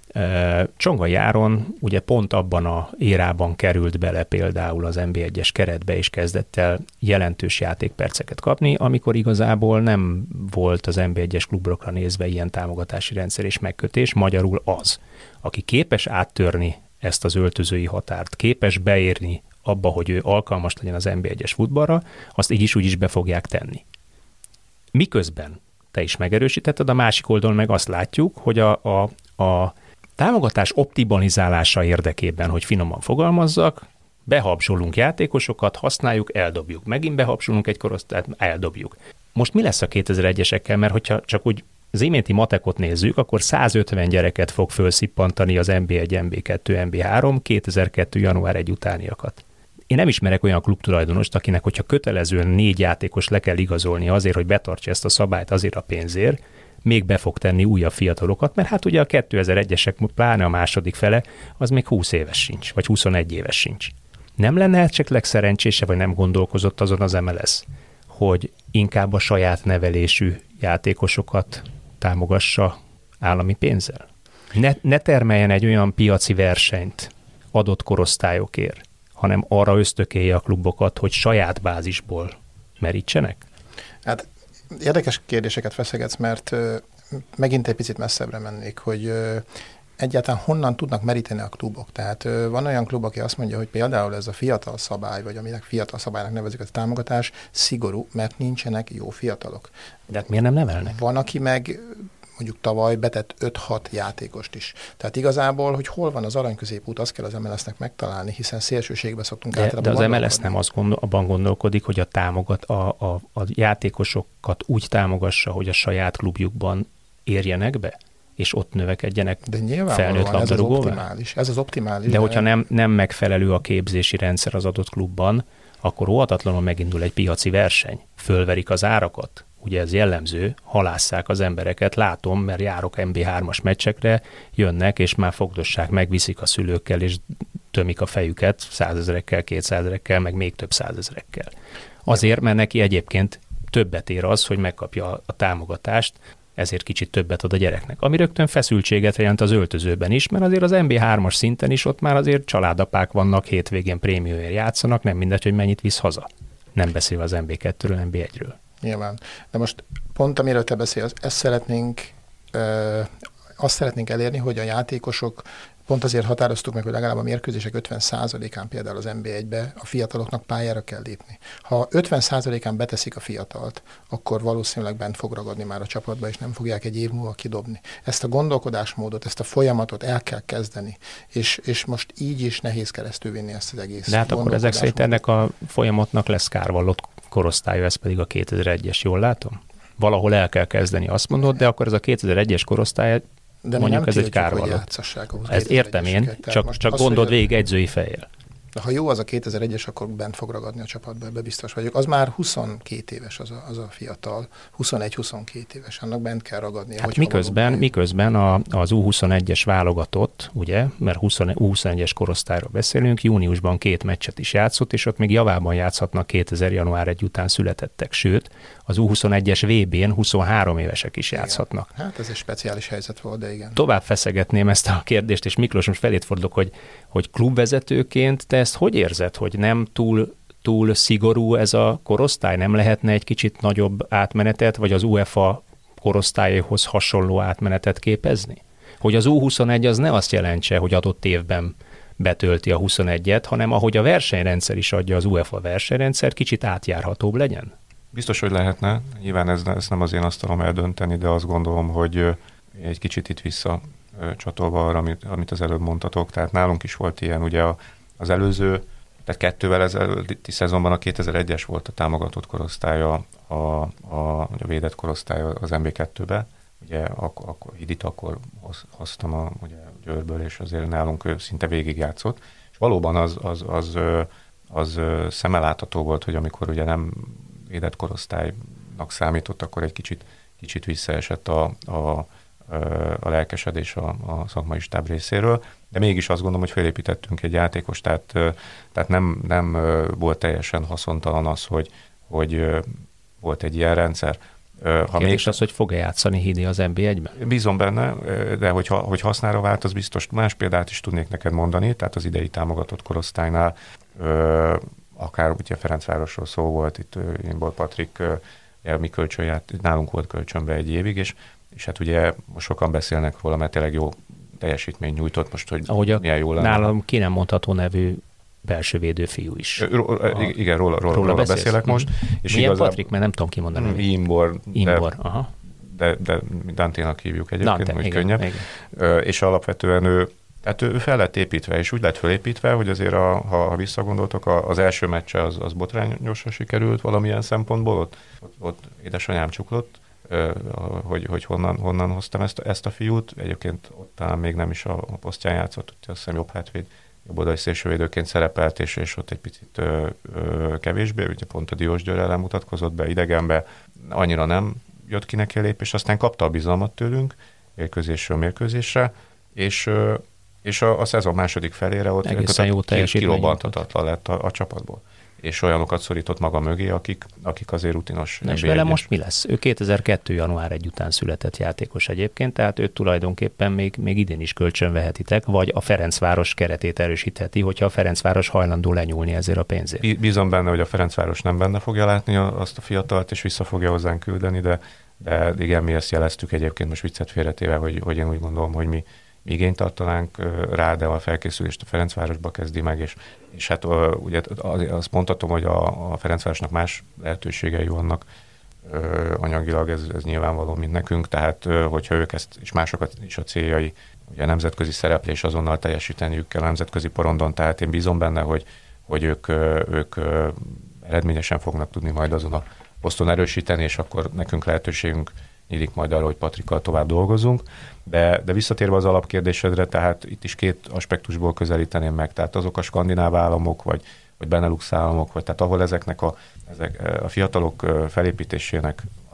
Csongajáron ugye pont abban a érában került bele például az en bé egyes keretbe, és kezdett el jelentős játékperceket kapni, amikor igazából nem volt az en bé egyes klubokra nézve ilyen támogatási rendszer és megkötés, magyarul az, aki képes áttörni ezt az öltözői határt, képes beérni abba, hogy ő alkalmas legyen az en bé egyes futballra, azt így is úgy is be fogják tenni. Miközben te is megerősítetted, a másik oldalon meg azt látjuk, hogy a, a, a támogatás optimalizálása érdekében, hogy finoman fogalmazzak, behabzsolunk játékosokat, használjuk, eldobjuk. Megint behabzsolunk egy korosztályt, eldobjuk. Most mi lesz a kétezer-egyesekkel? Mert hogyha csak úgy az iménti matekot nézzük, akkor százötven gyereket fog fölszippantani az en bé egy, en bé kettő, en bé három kétezer-kettő. január elseje utániakat. Én nem ismerek olyan klubtulajdonost, akinek, hogyha kötelezően négy játékos le kell igazolni azért, hogy betartsa ezt a szabályt azért a pénzért, még be fog tenni újabb fiatalokat, mert hát ugye a kétezer-egyesek, pláne a második fele, az még húsz éves sincs, vagy huszonegy éves sincs. Nem lenne esetleg szerencsése, vagy nem gondolkozott azon az em el es, hogy inkább a saját nevelésű játékosokat támogassa állami pénzzel? Ne, ne termeljen egy olyan piaci versenyt adott korosztályokért, hanem arra ösztökélje a klubokat, hogy saját bázisból merítsenek? Hát érdekes kérdéseket feszegetsz, mert ö, megint egy picit messzebbre mennék, hogy ö, egyáltalán honnan tudnak meríteni a klubok. Tehát ö, van olyan klub, aki azt mondja, hogy például ez a fiatal szabály, vagy aminek fiatal szabálynak nevezik a támogatás, szigorú, mert nincsenek jó fiatalok. De hát miért nem nevelnek? Van, aki meg mondjuk tavaly betett öt-hat játékost is. Tehát igazából, hogy hol van az arany középút, azt kell az em el es-nek megtalálni, hiszen szélsőségbe szoktunk de, általában. De az em el es nem azt gondol, abban gondolkodik, hogy a, támogat, a, a, a játékosokat úgy támogassa, hogy a saját klubjukban érjenek be, és ott növekedjenek felnőtt labdarúgóvá. Ez az optimális. Ez az optimális. De hogyha nem, nem megfelelő a képzési rendszer az adott klubban, akkor óhatatlanul megindul egy piaci verseny. Fölverik az árakat, ugye ez jellemző, halásszák az embereket, látom, mert járok en bé hármas meccsekre, jönnek, és már fogdossák, megviszik a szülőkkel, és tömik a fejüket százezerekkel, kétszázerekkel, meg még több százezerekkel. Azért, mert neki egyébként többet ér az, hogy megkapja a támogatást, ezért kicsit többet ad a gyereknek. Ami rögtön feszültséget jelent az öltözőben is, mert azért az en bé hármas szinten is ott már azért családapák vannak, hétvégén prémiumért játszanak, nem mindegy, hogy mennyit visz haza. Nem beszélve az en bé kettőről, en bé egyről. Nyilván. De most pont amiről te beszélsz, ezt szeretnénk, ö, azt szeretnénk elérni, hogy a játékosok, pont azért határoztuk meg, hogy legalább a mérkőzések ötven százalékán például az en bé egybe a fiataloknak pályára kell lépni. Ha ötven százalékán beteszik a fiatalt, akkor valószínűleg bent fog ragadni már a csapatba, és nem fogják egy év múlva kidobni. Ezt a gondolkodásmódot, ezt a folyamatot el kell kezdeni, és, és most így is nehéz keresztülvinni ezt az egész. De hát akkor ezek szerint ennek a folyamatnak lesz kárvallott korosztálya, ez pedig a kétezer-egyes, jól látom? Valahol el kell kezdeni, azt mondod, de akkor ez a kétezer-egyes korosztály, de mondjuk ez egy kárvallott. Ez értem én, csak, csak gondold végig egyzői fejjel. De ha jó az a kétezer-egyes, akkor bent fog ragadni a csapatba, ebbe biztos vagyok. Az már huszonkét éves az a, az a fiatal, huszonegy-huszonkét éves, annak bent kell ragadnia. Hát miközben, miközben a, az U huszonegyes válogatott, ugye, mert U huszonegyes korosztályról beszélünk, júniusban két meccset is játszott, és ott még javában játszhatnak kétezer január elseje után születettek, sőt, az U huszonegyes vé bén huszonhárom évesek is játszhatnak. Igen. Hát ez egy speciális helyzet volt, de igen. Tovább feszegetném ezt a kérdést, és Miklós, most felét fordulok, hogy, hogy klubvezetőként te ezt hogy érzed, hogy nem túl, túl szigorú ez a korosztály? Nem lehetne egy kicsit nagyobb átmenetet, vagy az UEFA korosztályhoz hasonló átmenetet képezni? Hogy az U huszonegy az ne azt jelentse, hogy adott évben betölti a huszonegyet, hanem ahogy a versenyrendszer is adja, az UEFA versenyrendszer, kicsit átjárhatóbb legyen? Biztos, hogy lehetne. Nyilván ez, ez nem az én asztalom eldönteni, de azt gondolom, hogy egy kicsit itt vissza csatolva arra, amit, amit az előbb mondtatok. Tehát nálunk is volt ilyen, ugye az előző, tehát kettővel ezelőtti szezonban a kétezer-egyes volt a támogatott korosztálya, a, a, a védett korosztálya az en bé kettőbe. Ugye akkor, akkor Hidit akkor hoztam a ugye, Győrből, és azért nálunk ő szinte végigjátszott. És valóban az, az, az, az, az szemmelátható volt, hogy amikor ugye nem védett korosztálynak számított, akkor egy kicsit, kicsit visszaesett a, a, a lelkesedés a, a szakmai stáb részéről, de mégis azt gondolom, hogy felépítettünk egy játékos, tehát, tehát nem, nem volt teljesen haszontalan az, hogy, hogy volt egy ilyen rendszer. Ha Kérdés még... az, hogy fog-e játszani Hidi az en bé egyben? Bízom benne, de hogyha, hogy hasznára vált, az biztos. Más példát is tudnék neked mondani, tehát az idei támogatott korosztálynál akár ugye Ferencvárosról szó volt, itt Imbor Patrik, mi kölcsönját, nálunk volt kölcsönbe egy évig, és, és hát ugye most sokan beszélnek róla, mert tényleg jó teljesítmény nyújtott most, hogy ahogy milyen jó lenne. Nálam ki nem mondható nevű belsővédő fiú is. Ró, igen, róla, róla, róla, róla beszélek most. Mm. És milyen igazán, Patrik, mert nem tudom kimondani. Imbor. Imbor, aha. De, de Danténak hívjuk egyébként, Dante, hogy igen, könnyebb. Igen. És alapvetően ő Tehát ő fel lett építve, és úgy lett felépítve, hogy azért, a, ha, ha visszagondoltok, az első meccse az, az botrányosan sikerült valamilyen szempontból, ott, ott, ott édesanyám csuklott, hogy, hogy honnan, honnan hoztam ezt, ezt a fiút. Egyébként ott talán még nem is a, a posztján játszott, azt hiszem jobb hátvéd, jobb oldali szélsővédőként szerepelt, és, és ott egy picit ö, ö, kevésbé, ugye pont a Diós Győr ellen mutatkozott be, idegenbe, annyira nem jött ki neki a lépés, aztán kapta a bizalmat tőlünk, mérkőzésről mérkőzésre, és és a, a szezon második felére ott kilobbantatatlan lett a, a csapatból. És olyanokat szorított maga mögé, akik, akik azért rutinos. És vele most mi lesz? Ő kétezer-kettő január elseje után született játékos egyébként, tehát őt tulajdonképpen még, még idén is kölcsönvehetitek, vagy a Ferencváros keretét erősítheti, hogyha a Ferencváros hajlandó lenyúlni ezért a pénzért. Bízom benne, hogy a Ferencváros nem benne fogja látni azt a fiatalt, és vissza fogja hozzánk küldeni, de, de igen, mi ezt jeleztük egyébként most viccet félretéve, hogy, hogy én úgy gondolom, hogy mi igényt tartanánk rá, de a felkészülést a Ferencvárosba kezdi meg, és, és hát ugye azt mondhatom, hogy a, a Ferencvárosnak más lehetőségei vannak anyagilag, ez, ez nyilvánvaló, mint nekünk, tehát hogyha ők ezt, és másokat is a céljai, ugye a nemzetközi szereplés azonnal teljesíteniük kell a nemzetközi porondon, tehát én bízom benne, hogy, hogy ők, ők eredményesen fognak tudni majd azon a poszton erősíteni, és akkor nekünk lehetőségünk nyílik majd arra, hogy Patrikkal tovább dolgozunk, de, de visszatérve az alapkérdésedre, tehát itt is két aspektusból közelíteném meg, tehát azok a skandináv államok, vagy, vagy Benelux államok, vagy tehát ahol ezeknek a, ezek, a fiatalok felépítésének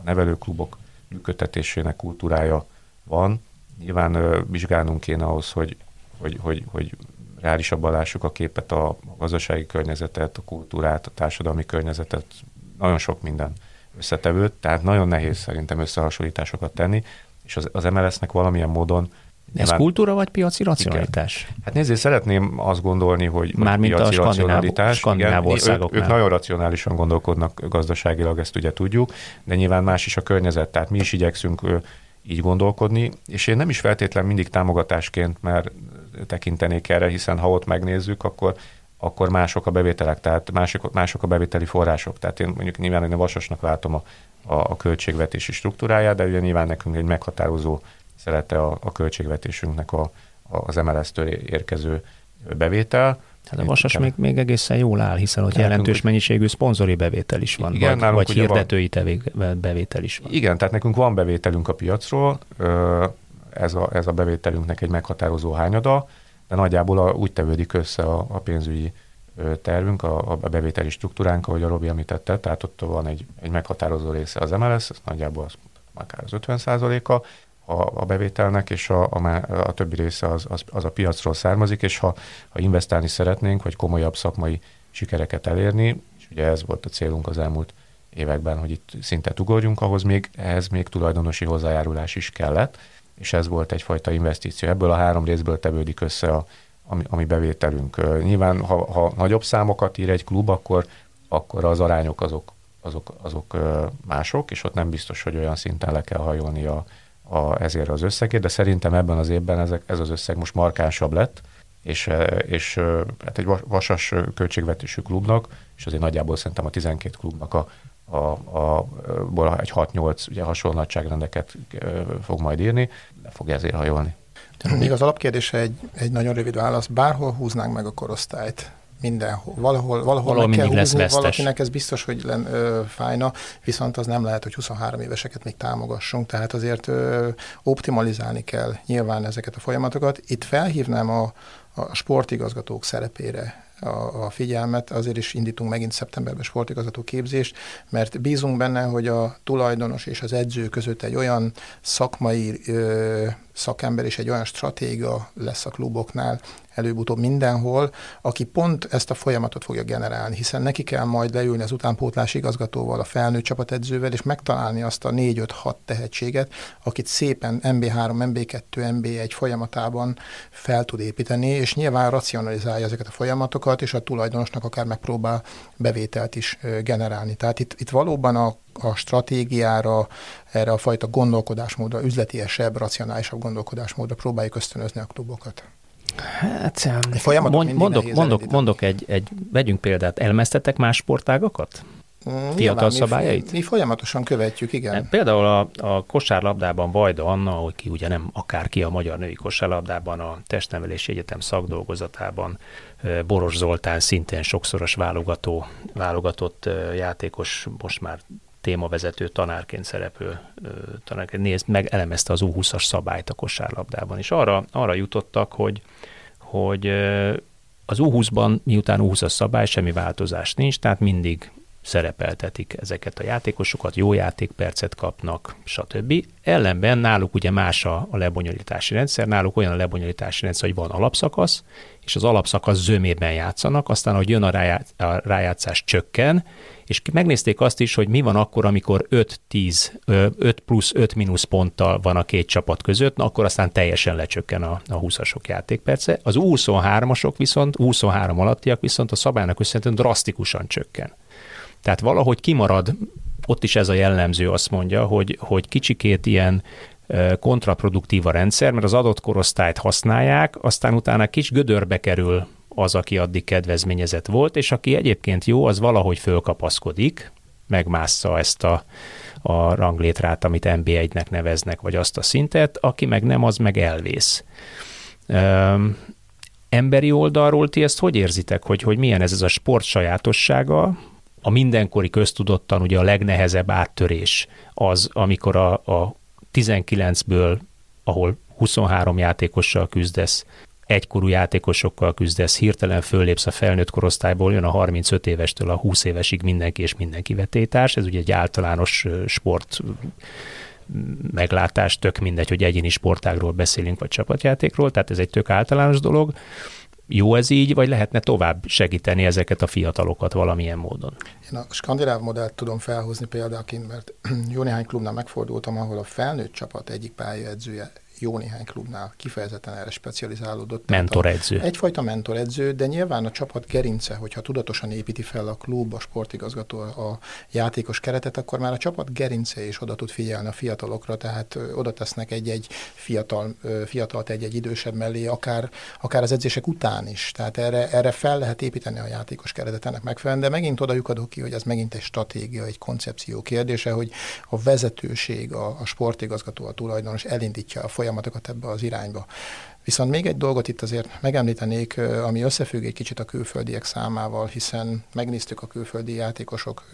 nevelőklubok működtetésének kultúrája van. Nyilván ö, vizsgálnunk kéne ahhoz, hogy, hogy, hogy, hogy reálisabban lássuk a képet, a, a gazdasági környezetet, a kultúrát, a társadalmi környezetet, nagyon sok minden összetevőt, tehát nagyon nehéz szerintem összehasonlításokat tenni, és az, az em el es-nek valamilyen módon... Ez kultúra vagy piaci racionalitás? Igen. Hát nézzé, szeretném azt gondolni, hogy mármint piaci a racionalitás. skandináv országoknál. Ők, ők nagyon racionálisan gondolkodnak gazdaságilag, ezt ugye tudjuk, de nyilván más is a környezet, tehát mi is igyekszünk így gondolkodni, és én nem is feltétlen mindig támogatásként, mert tekintenék erre, hiszen ha ott megnézzük, akkor, akkor mások a bevételek, tehát mások, mások a bevételi források. Tehát én mondjuk nyilván én a Vasasnak látom a, a, a költségvetési struktúráját, de ugye nyilván nekünk egy meghatározó szerete a, a költségvetésünknek a, a, az em el es-től érkező bevétel. Hát a Vasas még, még egészen jól áll, hiszen ott jelentős nekünk, mennyiségű szponzori bevétel is van, igen, vagy, vagy hirdetői tevé, bevétel is van. Igen, tehát nekünk van bevételünk a piacról, ez a, ez a bevételünknek egy meghatározó hányada, de nagyjából a, úgy tevődik össze a, a pénzügyi tervünk, a, a bevételi struktúránk, ahogy a Robi említette, tehát ott van egy, egy meghatározó része az em el es, ez nagyjából az, akár az ötven százaléka a, a bevételnek, és a, a, a többi része az, az, az a piacról származik, és ha, ha investálni szeretnénk, vagy komolyabb szakmai sikereket elérni, és ugye ez volt a célunk az elmúlt években, hogy itt szintet ugorjunk, ahhoz még, ehhez még tulajdonosi hozzájárulás is kellett, és ez volt egyfajta investíció. Ebből a három részből tevődik össze a, ami, ami bevételünk. Nyilván, ha, ha nagyobb számokat ír egy klub, akkor, akkor az arányok azok, azok, azok mások, és ott nem biztos, hogy olyan szinten le kell hajolni a, a, ezért az összegért, de szerintem ebben az évben ezek, ez az összeg most markánsabb lett, és, és hát egy vasas költségvetésű klubnak, és azért nagyjából szerintem a tizenkét klubnak a, a, a, a egy hat-nyolc ugye hasonló nagyságrendeket fog majd írni, le fog ezért hajolni. Még az alapkérdése egy, egy nagyon rövid válasz. Bárhol húznánk meg a korosztályt, mindenhol, valahol, valahol, valahol meg kell húzni, valakinek ez biztos, hogy len, ö, fájna, viszont az nem lehet, hogy huszonhárom éveseket még támogassunk, tehát azért ö, optimalizálni kell nyilván ezeket a folyamatokat. Itt felhívnám a, a sportigazgatók szerepére a, a figyelmet, azért is indítunk megint szeptemberben sportigazgató képzést, mert bízunk benne, hogy a tulajdonos és az edző között egy olyan szakmai ö, szakember és egy olyan stratéga lesz a kluboknál, előbb-utóbb mindenhol, aki pont ezt a folyamatot fogja generálni, hiszen neki kell majd leülni az utánpótlási igazgatóval, a felnőtt csapatedzővel, és megtalálni azt a négy-öt-hat tehetséget, akit szépen em bé három, em bé kettő, em bé egy folyamatában fel tud építeni, és nyilván racionalizálja ezeket a folyamatokat, és a tulajdonosnak akár megpróbál bevételt is generálni. Tehát itt, itt valóban a a stratégiára, erre a fajta gondolkodásmódra, üzletiesebb, racionálisabb gondolkodásmódra próbáljuk ösztönözni a klubokat. Hát, mond, mondok, mondok, mondok egy, egy, vegyünk példát, elmeztetek más sportágakat? Fiatal szabályait? Mi, mi folyamatosan követjük, igen. Például a, a kosárlabdában Vajda Anna, hogy ki ugye nem akárki a magyar női kosárlabdában, a Testnevelési Egyetem szakdolgozatában, Boros Zoltán szintén sokszoros válogató, válogatott játékos, most már témavezető tanárként szereplő tanárként nézd meg, elemezte az U húszas szabályt a kosárlabdában, és arra, arra jutottak, hogy, hogy az U húszban, miután U húszas szabály, semmi változás nincs, tehát mindig szerepeltetik ezeket a játékosokat, jó játékpercet kapnak, stb. Ellenben náluk ugye más a, a lebonyolítási rendszer, náluk olyan a lebonyolítási rendszer, hogy van alapszakasz, és az alapszakasz zömében játszanak, aztán, ahogy jön a, rájátsz, a rájátszás csökken, és megnézték azt is, hogy mi van akkor, amikor öt plusz öt mínusz ponttal van a két csapat között, na akkor aztán teljesen lecsökken a, a húszasok játékperce. Az U huszonhármasok viszont, U huszonhárom alattiak viszont a szabálynak köszönhetően drasztikusan csökken. Tehát valahogy kimarad, ott is ez a jellemző, azt mondja, hogy, hogy kicsikét ilyen kontraproduktív a rendszer, mert az adott korosztályt használják, aztán utána kis gödörbe kerül az, aki addig kedvezményezett volt, és aki egyébként jó, az valahogy fölkapaszkodik, megmássza ezt a, a ranglétrát, amit en bé egynek neveznek, vagy azt a szintet, aki meg nem, az meg elvész. Üm, emberi oldalról ti ezt hogy érzitek, hogy, hogy milyen ez, ez a sport sajátossága? A mindenkori köztudottan ugye a legnehezebb áttörés az, amikor a, a tizenkilencből, ahol huszonhárom játékossal küzdesz, egykorú játékosokkal küzdesz, hirtelen föllépsz a felnőtt korosztályból, jön a harmincöt évestől a húsz évesig mindenki és mindenki vetétárs, ez ugye egy általános sport meglátás, tök mindegy, hogy egyéni sportágról beszélünk, vagy csapatjátékról, tehát ez egy tök általános dolog. Jó ez így, vagy lehetne tovább segíteni ezeket a fiatalokat valamilyen módon? Én a skandináv modellt tudom felhozni példaként, mert jó néhány klubnál megfordultam, ahol a felnőtt csapat egyik pályaedzője jó néhány klubnál kifejezetten erre specializálódott. Mentoredző. Egyfajta mentoredző, de nyilván a csapat gerince, hogyha tudatosan építi fel a klub, a sportigazgató, a játékos keretet, akkor már a csapat gerince is oda tud figyelni a fiatalokra, tehát oda tesznek egy-egy fiatal, fiatalt egy-egy idősebb mellé, akár, akár az edzések után is. Tehát erre, erre fel lehet építeni a játékos keretet ennek megfelelően, de megint oda lyukadok ki, hogy ez megint egy stratégia, egy koncepció kérdése, hogy a vezetőség, a, a sportigazgató, a tulajdonos elindítja a folyamatokat ebbe az irányba. Viszont még egy dolgot itt azért megemlítenék, ami összefügg egy kicsit a külföldiek számával, hiszen megnéztük a külföldi játékosok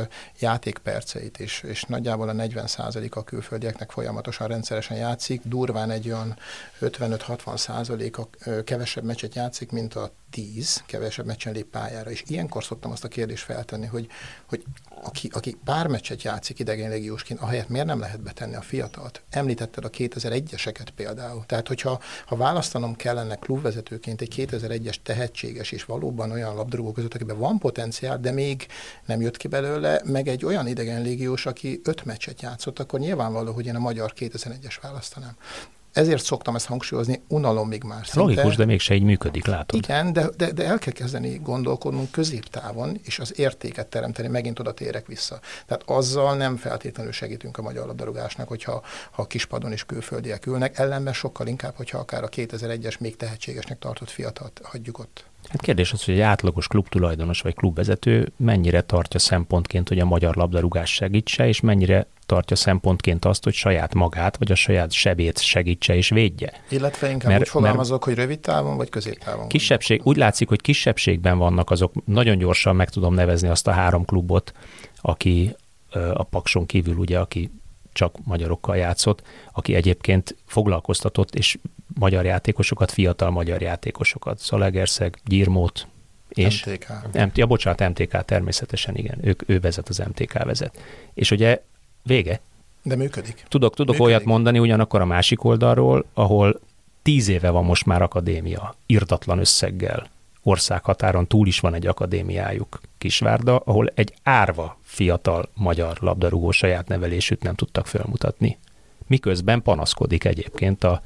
játékperceit is, és nagyjából a negyven százalék a külföldieknek folyamatosan, rendszeresen játszik, durván egy olyan ötvenöt-hatvan százalék kevesebb meccset játszik, mint a tíz, kevesebb meccsen lép pályára, és ilyenkor szoktam azt a kérdést feltenni, hogy, hogy aki, aki pár meccset játszik idegen légiósként, ahelyett miért nem lehet betenni a fiatalt? Említetted a kétezer-egyeseket például. Tehát, hogyha ha választanom kellene klubvezetőként egy kétezer-egyes tehetséges és valóban olyan labdarúgó között, akiben van potenciál, de még nem jött ki belőle, meg egy olyan idegen légiós, aki öt meccset játszott, akkor nyilvánvaló, hogy én a magyar kétezer-egyes választanám. Ezért szoktam ezt hangsúlyozni, unalomig már szinte. Logikus, de mégse így működik, látod. Igen, de, de, de el kell kezdeni gondolkodnunk középtávon, és az értéket teremteni, megint oda térek vissza. Tehát azzal nem feltétlenül segítünk a magyar labdarúgásnak, hogyha ha a kispadon is külföldiek ülnek, ellenben sokkal inkább, hogyha akár a kétezer-egyes még tehetségesnek tartott fiatalt hagyjuk ott. Hát kérdés az, hogy egy átlagos klubtulajdonos vagy klubvezető mennyire tartja szempontként, hogy a magyar labdarúgás segítse, és mennyire tartja szempontként azt, hogy saját magát, vagy a saját sebét segítse és védje. Illetve inkább mert, úgy fogalmazok, hogy rövid távon, vagy középtávon. Kisebbség, úgy látszik, hogy kisebbségben vannak azok, nagyon gyorsan meg tudom nevezni azt a három klubot, aki a Pakson kívül ugye, aki csak magyarokkal játszott, aki egyébként foglalkoztatott, és magyar játékosokat, fiatal magyar játékosokat, Zalaegerszeg, Gyirmót, és... em té ká. M- ja, bocsánat, em té ká természetesen, igen. Ők, ő vezet, az em té ká vezet. És ugye vége. De működik. Tudok, tudok működik. Olyat mondani ugyanakkor a másik oldalról, ahol tíz éve van most már akadémia, irdatlan összeggel. Országhatáron túl is van egy akadémiájuk, Kisvárda, ahol egy árva fiatal magyar labdarúgó saját nevelésűt nem tudtak felmutatni. Miközben panaszkodik egyébként a,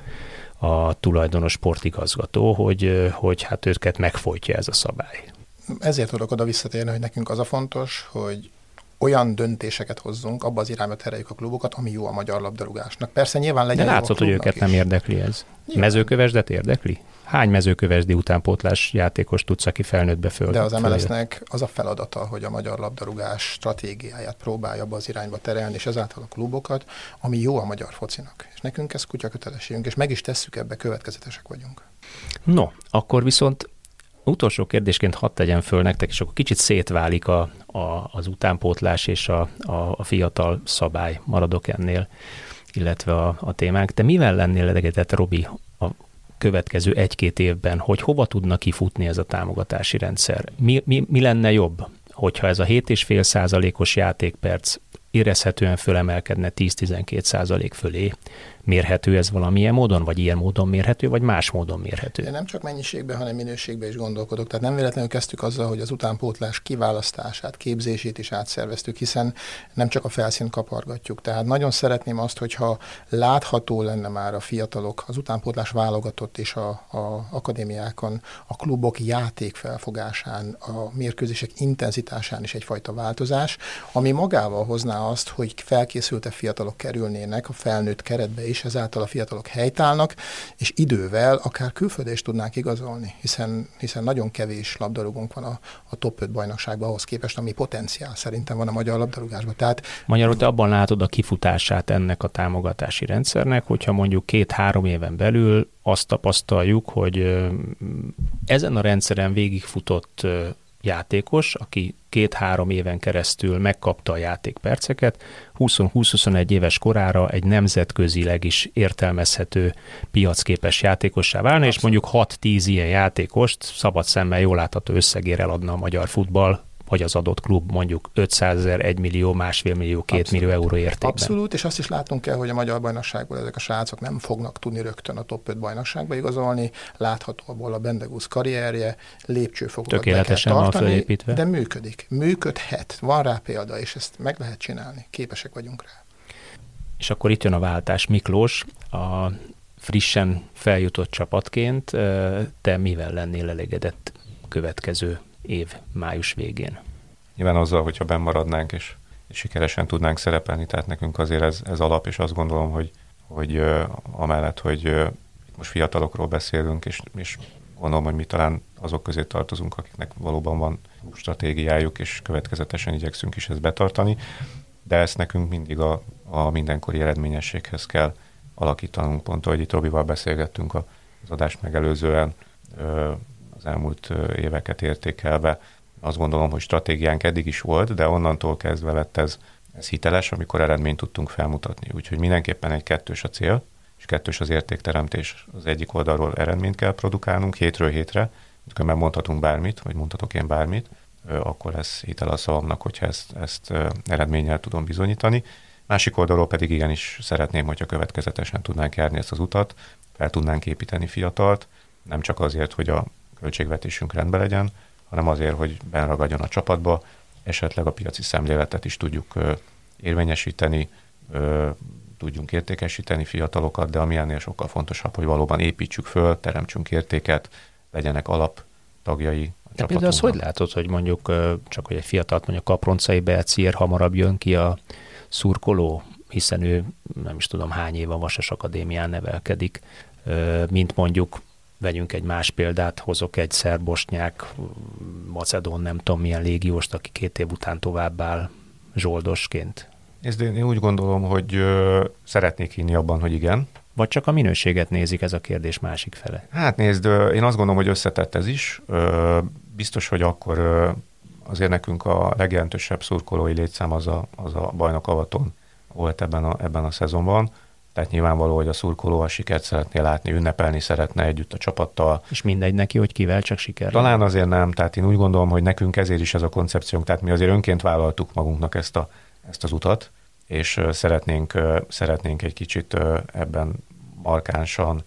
a tulajdonos sportigazgató, hogy, hogy hát őket megfojtja ez a szabály. Ezért tudok oda visszatérni, hogy nekünk az a fontos, hogy olyan döntéseket hozzunk, abba az irányba tereljük a klubokat, ami jó a magyar labdarúgásnak. Persze nyilván legyen. De látszott, hogy őket is nem érdekli ez. Nyilván. Mezőkövesdet érdekli? Hány mezőkövesdi utánpótlás játékos tudsz, aki felnőttbe föl? De az em el es-nek az a feladata, hogy a magyar labdarúgás stratégiáját próbálja abba az irányba terelni, és ezáltal a klubokat, ami jó a magyar focinak. És nekünk ez kutya kötelességünk, és meg is tesszük ebbe, következetesek vagyunk. No, akkor viszont utolsó kérdésként hadd tegyem föl nektek, és akkor kicsit szétválik a, a, az utánpótlás és a, a, a fiatal szabály, maradok ennél, illetve a, a témánk. Te mivel lennél elégedett, Robi, a következő egy-két évben, hogy hova tudna kifutni ez a támogatási rendszer? Mi, mi, mi lenne jobb, hogyha ez a hét egész öt százalékos játékperc érezhetően fölemelkedne tíz-tizenkét százalék fölé? Mérhető ez valamilyen módon, vagy ilyen módon mérhető, vagy más módon mérhető? Én nem csak mennyiségben, hanem minőségben is gondolkodok. Tehát nem véletlenül kezdtük azzal, hogy az utánpótlás kiválasztását, képzését is átszerveztük, hiszen nem csak a felszínt kapargatjuk. Tehát nagyon szeretném azt, hogyha látható lenne már a fiatalok, az utánpótlás válogatott és a, a akadémiákon, a klubok játékfelfogásán, a mérkőzések intenzitásán is egyfajta változás, ami magával hozná azt, hogy felkészülte fiatalok kerülnének a felnőtt keretbe is, és ezáltal a fiatalok helytállnak, és idővel akár külföldre is tudnánk igazolni, hiszen, hiszen nagyon kevés labdarúgónk van a, a top öt bajnokságban ahhoz képest, ami potenciál szerintem van a magyar labdarúgásban. Tehát, Magyarul te abban látod a kifutását ennek a támogatási rendszernek, hogyha mondjuk két-három éven belül azt tapasztaljuk, hogy ezen a rendszeren végigfutott játékos, aki két-három éven keresztül megkapta a játékperceket, húsz-húsz-huszonegy éves korára egy nemzetközileg is értelmezhető piacképes játékossá válna, abszolút. És mondjuk hat-tíz ilyen játékost szabad szemmel jól látható összegért eladna a magyar futball, vagy az adott klub mondjuk ötszázezer, egy millió, másfél millió, két millió euró értékben. Abszolút, és azt is látnunk kell, hogy a magyar bajnokságból ezek a srácok nem fognak tudni rögtön a top öt bajnokságba igazolni, látható abból a Bendegúz karrierje, lépcsőfokokat be kell tartani, de működik. Működhet, van rá példa, és ezt meg lehet csinálni, képesek vagyunk rá. És akkor itt jön a váltás. Miklós, a frissen feljutott csapatként te mivel lennél elégedett következő év május végén? Nyilván azzal, hogyha benn maradnánk, és, és sikeresen tudnánk szerepelni, tehát nekünk azért ez, ez alap, és azt gondolom, hogy, hogy uh, amellett, hogy uh, most fiatalokról beszélünk, és, és gondolom, hogy mi talán azok közé tartozunk, akiknek valóban van stratégiájuk, és következetesen igyekszünk is ezt betartani, de ezt nekünk mindig a, a mindenkori eredményességhez kell alakítanunk. Pont, ahogy itt Robival beszélgettünk az adást megelőzően, uh, az elmúlt éveket értékelve. Azt gondolom, hogy stratégiánk eddig is volt, de onnantól kezdve lett ez, ez hiteles, amikor eredményt tudtunk felmutatni. Úgyhogy mindenképpen egy kettős a cél, és kettős az értékteremtés. Az egyik oldalról eredményt kell produkálnunk hétről hétre, amikor mondhatunk bármit, vagy mondhatok én bármit, akkor ez hitel a szavamnak, hogyha ezt, ezt eredménnyel tudom bizonyítani. Másik oldalról pedig igenis szeretném, hogyha következetesen tudnánk járni ezt az utat, fel tudnánk építeni fiatalt, nem csak azért, hogy a költségvetésünk rendben legyen, hanem azért, hogy benragadjon a csapatba, esetleg a piaci szemléletet is tudjuk ö, érvényesíteni, ö, tudjunk értékesíteni fiatalokat, de ami ennél sokkal fontosabb, hogy valóban építsük föl, teremtsünk értéket, legyenek alaptagjai a csapatunknak. Például azt hogy látod, hogy mondjuk csak hogy egy fiatalt mondjuk Kaproncai Belcier hamarabb jön ki a szurkoló, hiszen ő nem is tudom hány év a Vasas Akadémián nevelkedik, mint mondjuk vegyünk egy más példát, hozok egy szerb-bosnyák, macedón, nem tudom milyen légióst, aki két év után továbbáll zsoldosként. Ezt én úgy gondolom, hogy ö, szeretnék hinni abban, hogy igen. Vagy csak a minőséget nézik, ez a kérdés másik fele? Hát nézd, ö, én azt gondolom, hogy összetett ez is. Ö, biztos, hogy akkor ö, azért nekünk a legjelentősebb szurkolói létszám az a, az a bajnok avaton volt ebben a, ebben a szezonban. Tehát nyilvánvaló, hogy a szurkoló a sikert szeretné látni, ünnepelni szeretne együtt a csapattal. És mindegy neki, hogy kivel csak siker. Talán azért nem, tehát én úgy gondolom, hogy nekünk ezért is ez a koncepciónk, tehát mi azért önként vállaltuk magunknak ezt, a, ezt az utat, és szeretnénk, szeretnénk egy kicsit ebben markánsan,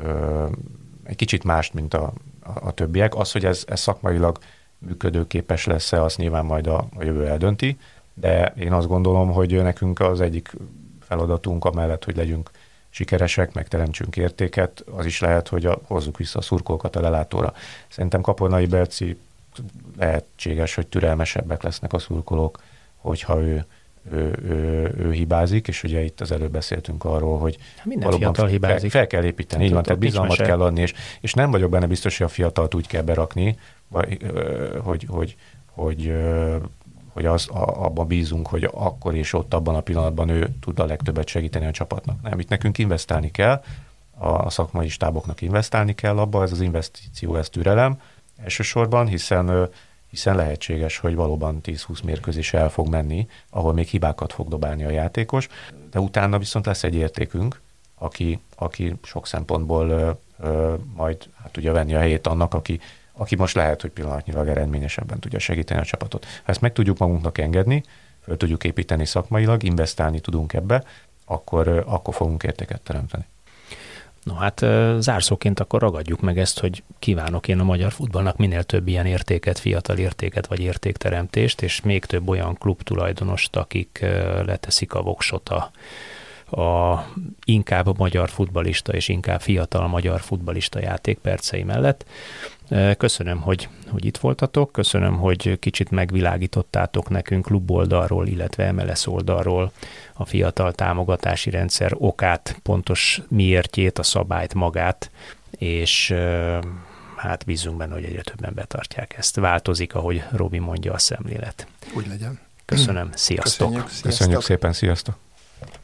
egy kicsit mást, mint a, a, a többiek. Az, hogy ez, ez szakmailag működőképes lesz-e, azt nyilván majd a, a jövő eldönti, de én azt gondolom, hogy nekünk az egyik feladatunk amellett, hogy legyünk sikeresek, megteremtsünk értéket, az is lehet, hogy a, hozzuk vissza a szurkolókat a lelátóra. Szerintem Kapornai Berci lehetséges, hogy türelmesebbek lesznek a szurkolók, hogyha ő, ő, ő, ő hibázik, és ugye itt az előbb beszéltünk arról, hogy minden fiatal hibázik. Fel, fel kell építeni, így van, tehát bizalmat kell adni, és, és nem vagyok benne biztos, hogy a fiatalt úgy kell berakni, vagy, hogy, hogy, hogy hogy az, a, abban bízunk, hogy akkor és ott abban a pillanatban ő tud a legtöbbet segíteni a csapatnak. Nem, itt nekünk investálni kell, a, a szakmai stáboknak investálni kell abba, ez az investíció, ez türelem elsősorban, hiszen, hiszen lehetséges, hogy valóban tíz-húsz mérkőzés el fog menni, ahol még hibákat fog dobálni a játékos, de utána viszont lesz egy értékünk, aki, aki sok szempontból ö, ö, majd hát tudja venni a helyét annak, aki aki most lehet, hogy pillanatnyilag eredményesebben tudja segíteni a csapatot. Ha ezt meg tudjuk magunknak engedni, föl tudjuk építeni szakmailag, investálni tudunk ebbe, akkor, akkor fogunk értéket teremteni. No hát zárszóként akkor ragadjuk meg ezt, hogy kívánok én a magyar futballnak minél több ilyen értéket, fiatal értéket vagy értékteremtést, és még több olyan klubtulajdonost, akik leteszik a voksot a a inkább a magyar futballista és inkább fiatal magyar futballista játékpercei mellett. Köszönöm, hogy, hogy itt voltatok, köszönöm, hogy kicsit megvilágítottátok nekünk kluboldalról, illetve em el es oldalról a fiatal támogatási rendszer okát, pontos miértjét, a szabályt magát, és hát bízunk benne, hogy egyre többen betartják ezt. Változik, ahogy Robi mondja, a szemlélet. Úgy legyen. Köszönöm, sziasztok! Köszönjük, sziasztok. Köszönjük szépen, sziasztok!